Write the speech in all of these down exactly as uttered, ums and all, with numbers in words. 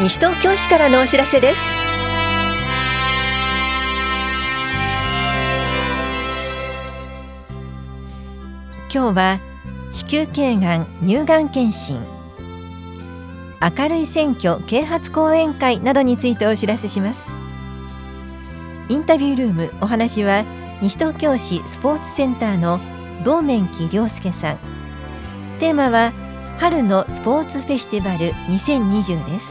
西東京市からのお知らせです。今日は子宮頸がん乳がん検診、明るい選挙啓発講演会などについてお知らせします。インタビュールーム、お話は西東京市スポーツセンターの道面木亮介さん。テーマは春のスポーツフェスティバルにせんにじゅうです。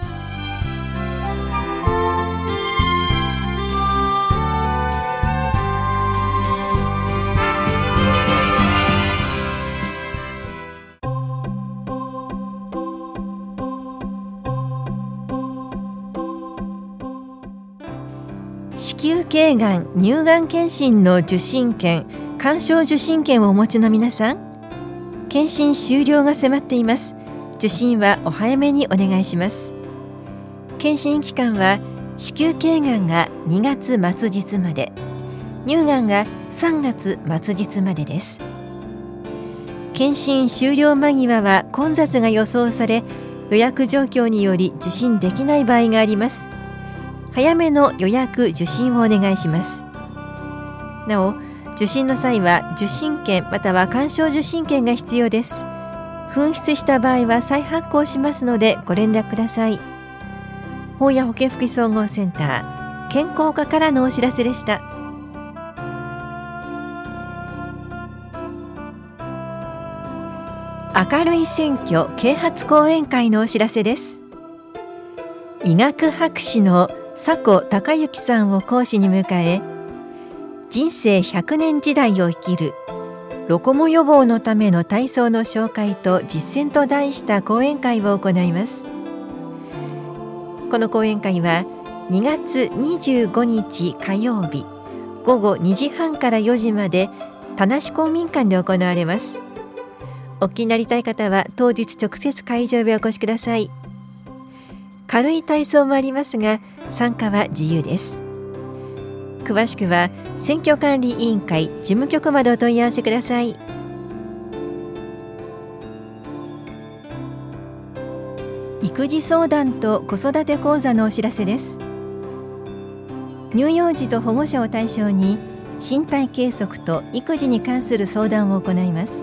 子宮頸がん乳がん検診の受診券、鑑賞受診券をお持ちの皆さん、検診終了が迫っています。受診はお早めにお願いします。検診期間は子宮頸がんがにがつ末日まで、乳がんがさんがつ末日までです。検診終了間際は混雑が予想され、予約状況により受診できない場合があります。早めの予約受診をお願いします。なお、受診の際は受診券または鑑賞受診券が必要です。紛失した場合は再発行しますのでご連絡ください。法や保健福祉総合センター健康課からのお知らせでした。明るい選挙啓発講演会のお知らせです。医学博士の佐古孝之さんを講師に迎え、人生ひゃくねん時代を生きるロコモ予防のための体操の紹介と実践と題した講演会を行います。この講演会はにがつにじゅうごにち火曜日ごごにじはんからよじまで田無公民館で行われます。お聞きになりたい方は当日直接会場へお越しください。軽い体操もありますが参加は自由です。詳しくは選挙管理委員会事務局までお問い合わせください。育児相談と子育て講座のお知らせです。乳幼児と保護者を対象に身体計測と育児に関する相談を行います。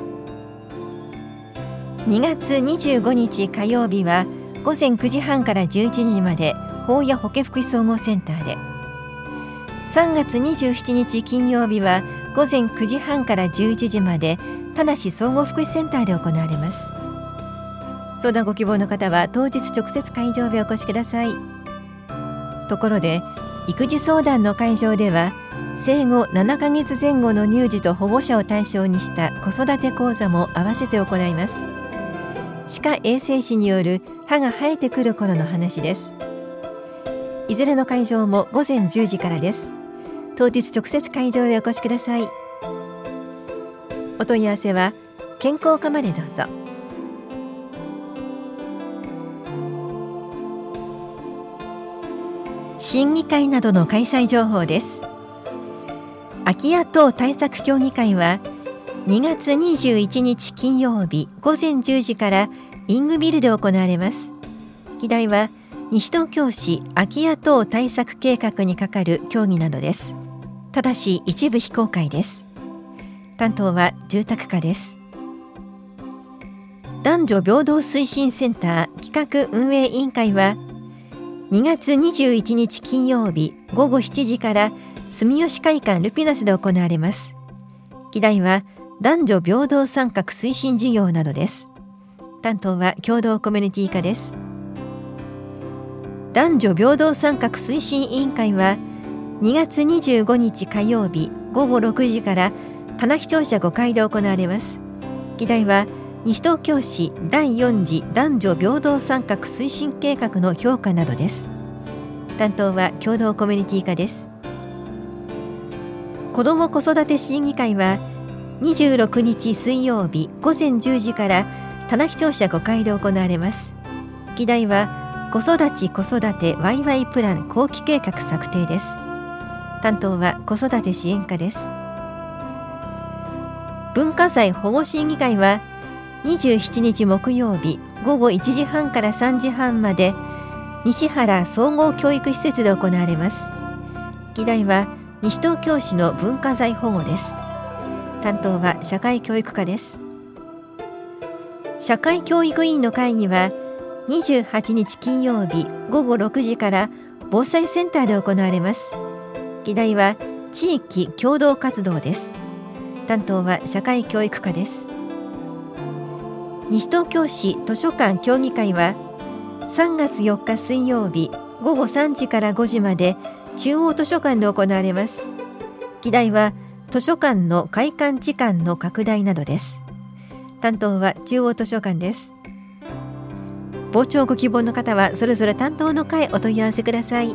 にがつにじゅうごにち火曜日はごぜんくじはんからじゅういちじまで法や保健福祉総合センターで、さんがつにじゅうしちにち金曜日はごぜんくじはんからじゅういちじまで田無総合福祉センターで行われます。相談ご希望の方は当日直接会場へお越しください。ところで育児相談の会場では生後ななかげつぜん後の乳児と保護者を対象にした子育て講座も合わせて行います。歯科衛生士による歯が生えてくる頃の話です。いずれの会場もごぜんじゅうじからです。当日直接会場へお越しください。お問い合わせは健康課までどうぞ。審議会などの開催情報です。空き家等対策協議会はにがつにじゅういちにち金曜日ごぜんじゅうじからイングビルで行われます。議題は西東京市空き家等対策計画にかかる協議などです。ただし一部非公開です。担当は住宅課です。男女平等推進センター企画運営委員会はにがつにじゅういちにち金曜日ごごしちじから住吉会館ルピナスで行われます。議題は男女平等参画推進事業などです。担当は共同コミュニティ課です。男女平等参画推進委員会はにがつにじゅうごにち火曜日ごごろくじから棚視聴者ごかいで行われます。議題は西東京市だいよん次男女平等参画推進計画の評価などです。担当は共同コミュニティ課です。子ども子育て審議会はにじゅうろくにち水曜日ごぜんじゅうじから棚視聴者ごかいで行われます。議題は子育ち子育てワイワイプラン後期計画策定です。担当は子育て支援課です。文化財保護審議会はにじゅうしちにち木曜日ごごいちじはんからさんじはんまで西原総合教育施設で行われます。議題は西東京市の文化財保護です。担当は社会教育課です。社会教育委員の会議はにじゅうはちにち金曜日ごごろくじから防災センターで行われます。議題は地域共同活動です。担当は社会教育課です。西東京市図書館協議会はさんがつよっか水曜日ごごさんじからごじまで中央図書館で行われます。議題は図書館の開館時間の拡大などです。担当は中央図書館です。傍聴ご希望の方はそれぞれ担当の会お問い合わせください。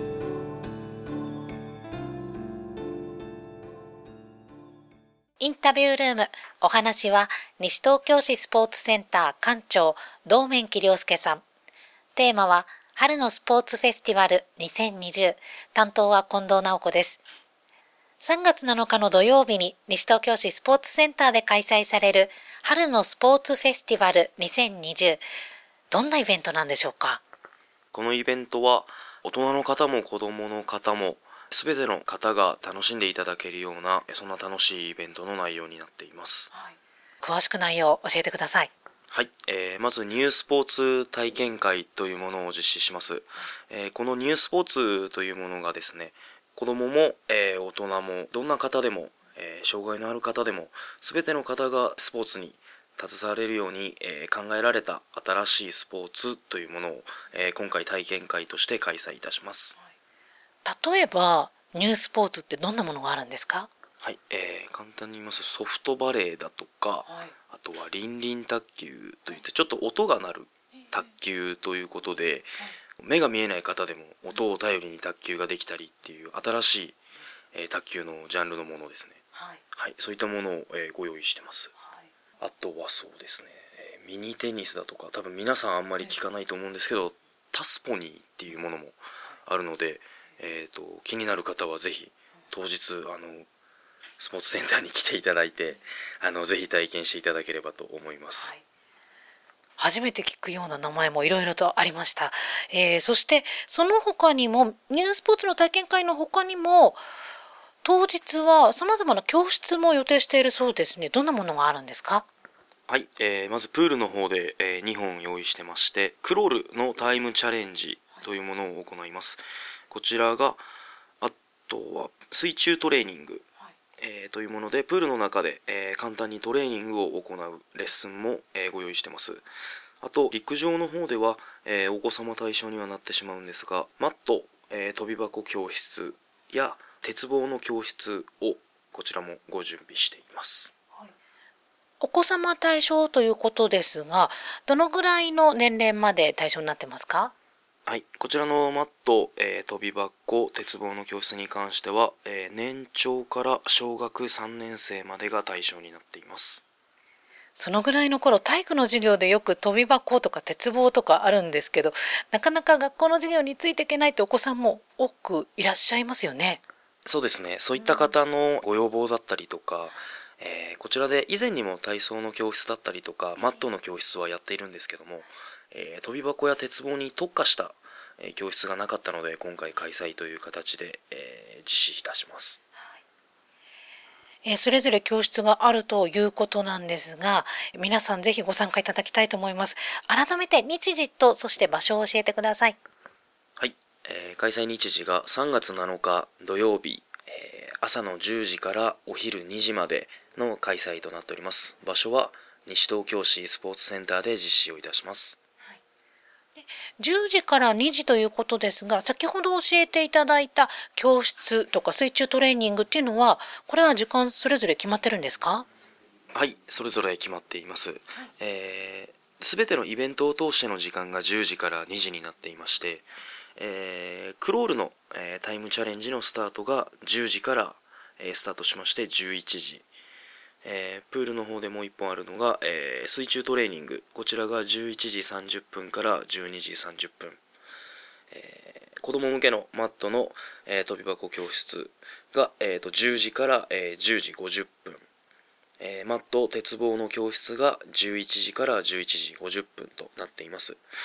インタビュールーム、お話は西東京市スポーツセンター館長道面木亮介さん。テーマは春のスポーツフェスティバルにせんにじゅう、担当は近藤直子です。さんがつなのかの土曜日に西東京市スポーツセンターで開催される春のスポーツフェスティバルにせんにじゅう、どんなイベントなんでしょうか？ このイベントは大人の方も子どもの方もすべての方が楽しんでいただけるような、そんな楽しいイベントの内容になっています。 はい、詳しく内容を教えてください。 はい、えー、まずニュースポーツ体験会というものを実施します。えー、このニュースポーツというものがですね、子どもも、えー、大人もどんな方でも、えー、障害のある方でもすべての方がスポーツに携われるように、えー、考えられた新しいスポーツというものを、えー、今回体験会として開催いたします。 例えばニュースポーツってどんなものがあるんですか？ はい、えー、簡単に言いますとソフトバレーだとか、はい、あとはリンリン卓球といってちょっと音が鳴る卓球ということで、はい、目が見えない方でも音を頼りに卓球ができたりっていう新しい、えー、卓球のジャンルのものですね。はい、はい、そういったものを、えー、ご用意してます。はい、あとはそうですね、えー、ミニテニスだとか多分皆さんあんまり聞かないと思うんですけど、タスポニーっていうものもあるので、えーと、気になる方はぜひ当日あのスポーツセンターに来ていただいて、あのぜひ体験していただければと思います。はい、 初めて聞くような名前もいろいろとありました。えー、そしてその他にもニュースポーツの体験会の他にも当日はさまざまな教室も予定しているそうですね。どんなものがあるんですか？ はい、えー、まずプールの方で、えー、にほん用意してまして、クロールのタイムチャレンジというものを行います。こちらがあとは水中トレーニング、はい、えー、というものでプールの中で、えー、簡単にトレーニングを行うレッスンも、えー、ご用意してます。あと陸上の方では、えー、お子様対象にはなってしまうんですが、マット、えー、跳び箱教室や鉄棒の教室をこちらもご準備しています。 はい、お子様対象ということですが、どのぐらいの年齢まで対象になってますか？ はい、こちらのマット、えー、跳び箱、鉄棒の教室に関しては、えー、年長から小学さんねんせいまでが対象になっています。 そのぐらいの頃、体育の授業でよく跳び箱とか鉄棒とかあるんですけど、なかなか学校の授業についていけないってお子さんも多くいらっしゃいますよね。 そうですね、そういった方のご要望だったりとか、えー、こちらで以前にも体操の教室だったりとかマットの教室はやっているんですけども、えー、跳び箱や鉄棒に特化した、えー、教室がなかったので今回開催という形で、えー、実施いたします。はい、 えー、それぞれ教室があるということなんですが、皆さんぜひご参加いただきたいと思います。改めて日時とそして場所を教えてください。 はい、えー、開催日時がさんがつなのか土曜日、えー、朝のじゅうじからお昼にじまでの開催となっております。場所は西東京市スポーツセンターで実施をいたします。 じゅうじからにじということですが、先ほど教えていただいた教室とか水中トレーニングっていうのは、これは時間それぞれ決まってるんですか？ はい、それぞれ決まっています。はい、えー、全てのイベントを通しての時間がじゅうじからにじになっていまして、えー、クロールの、えー、タイムチャレンジのスタートがじゅうじから、えー、スタートしましてじゅういちじ、えー、プールの方でもういっぽんあるのが、えー、水中トレーニング、こちらがじゅういちじさんじゅっぷんからじゅうにじさんじゅっぷん、えー、子供向けのマットの、えー、跳び箱教室が、えー、とじゅうじから、えー、じゅうじごじゅっぷん、えー、マット鉄棒の教室がじゅういちじからじゅういちじごじゅっぷんとなっています。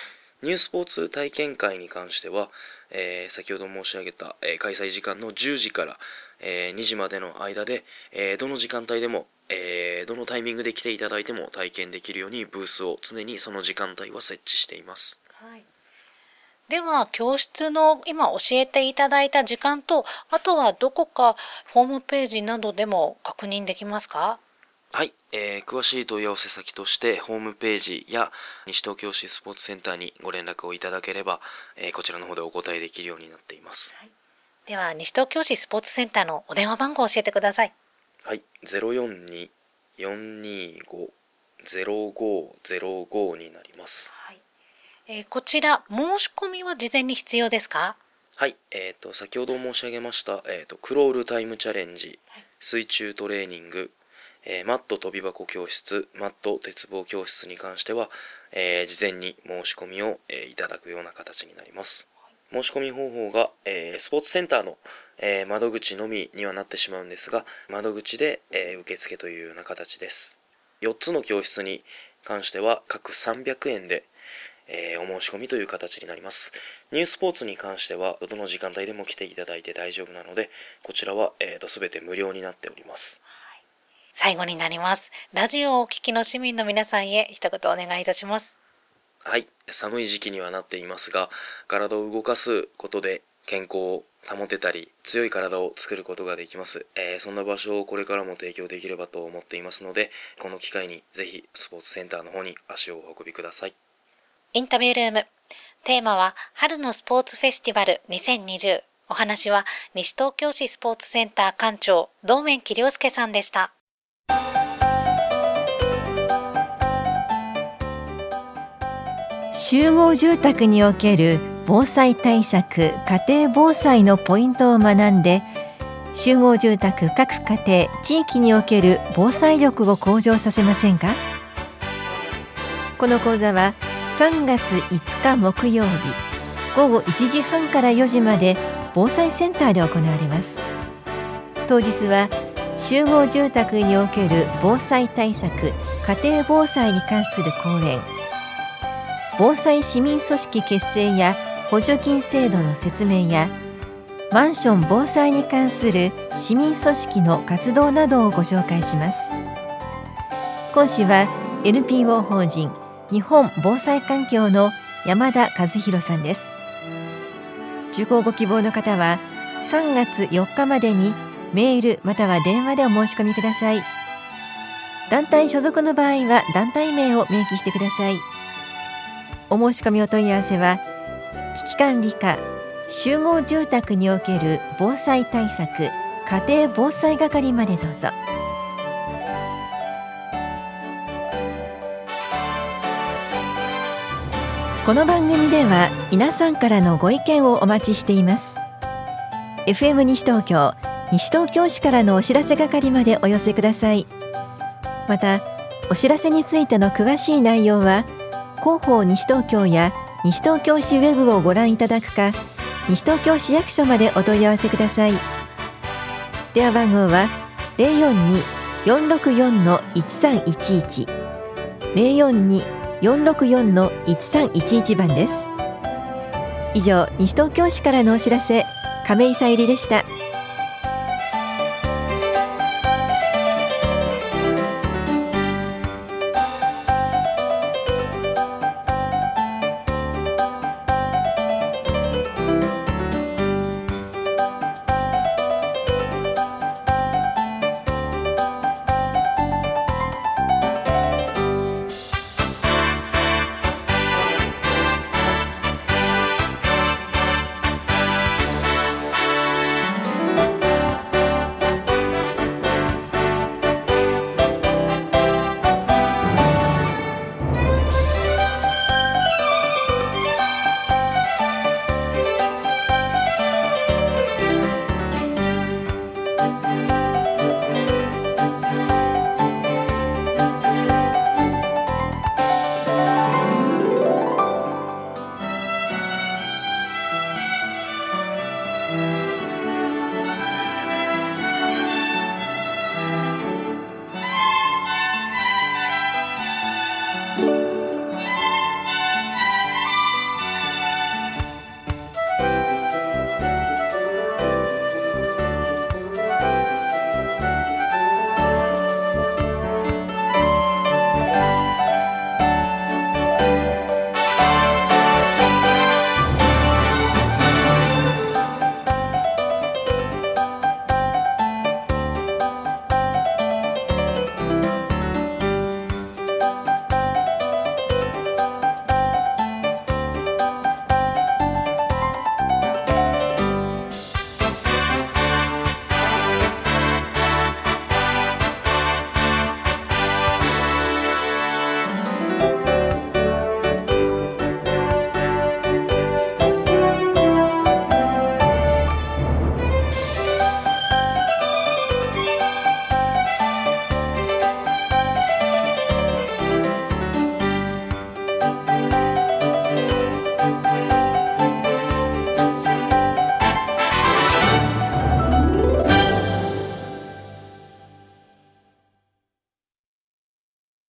ニュースポーツ体験会に関しては、えー、先ほど申し上げた、えー、開催時間のじゅうじから、えー、にじまでの間で、えー、どの時間帯でも、えー、どのタイミングで来ていただいても体験できるようにブースを常にその時間帯は設置しています。 はい、では教室の今教えていただいた時間と、あとはどこかホームページなどでも確認できますか？ はい、えー、詳しい問い合わせ先としてホームページや西東京市スポーツセンターにご連絡をいただければ、えー、こちらの方でお答えできるようになっています。 はい、では西東京市スポーツセンターのお電話番号を教えてください。 はい、ゼロよんに よんにご ゼロご ゼロごになります。 はい、えー、こちら申し込みは事前に必要ですか？ はい、えー、と先ほど申し上げました、えー、とクロールタイムチャレンジ、水中トレーニング、えー、マット跳び箱教室、マット鉄棒教室に関しては、えー、事前に申し込みを、えー、いただくような形になります。申し込み方法が、えー、スポーツセンターの、えー、窓口のみにはなってしまうんですが、窓口で、えー、受付というような形です。よっつの教室に関しては各さんびゃくえんで、えー、お申し込みという形になります。ニュースポーツに関してはどの時間帯でも来ていただいて大丈夫なので、こちらは、えー、と全て無料になっております。 最後になります。ラジオをお聞きの市民の皆さんへ一言お願いいたします。 はい、寒い時期にはなっていますが、体を動かすことで健康を保てたり強い体を作ることができます。えー、そんな場所をこれからも提供できればと思っていますので、この機会にぜひスポーツセンターの方に足をお運びください。 インタビュールーム、テーマは春のスポーツフェスティバルにせんにじゅう。お話は西東京市スポーツセンター館長道面木亮介さんでした。 集合住宅における防災対策、家庭防災のポイントを学んで、集合住宅各家庭、地域における防災力を向上させませんか？この講座はさんがついつか木曜日ごごいちじはんからよじまで防災センターで行われます。当日は集合住宅における防災対策、家庭防災に関する講演、防災市民組織結成や補助金制度の説明や、マンション防災に関する市民組織の活動などをご紹介します。講師は エヌピーオー 法人日本防災環境の山田和弘さんです。受講ご希望の方はさんがつよっかまでにメールまたは電話でお申し込みください。団体所属の場合は団体名を明記してください。お申し込みお問い合わせは危機管理課集合住宅における防災対策家庭防災係までどうぞ。この番組では皆さんからのご意見をお待ちしています。 エフエム 西東京西東京市からのお知らせ係までお寄せください。またお知らせについての詳しい内容は広報西東京や西東京市ウェブをご覧いただくか、西東京市役所までお問い合わせください。電話番号は ゼロよんに よんろくよん いちさんいちいち ゼロよんに よんろくよん いちさんいちいち番です。以上、西東京市からのお知らせ、亀井さゆりでした。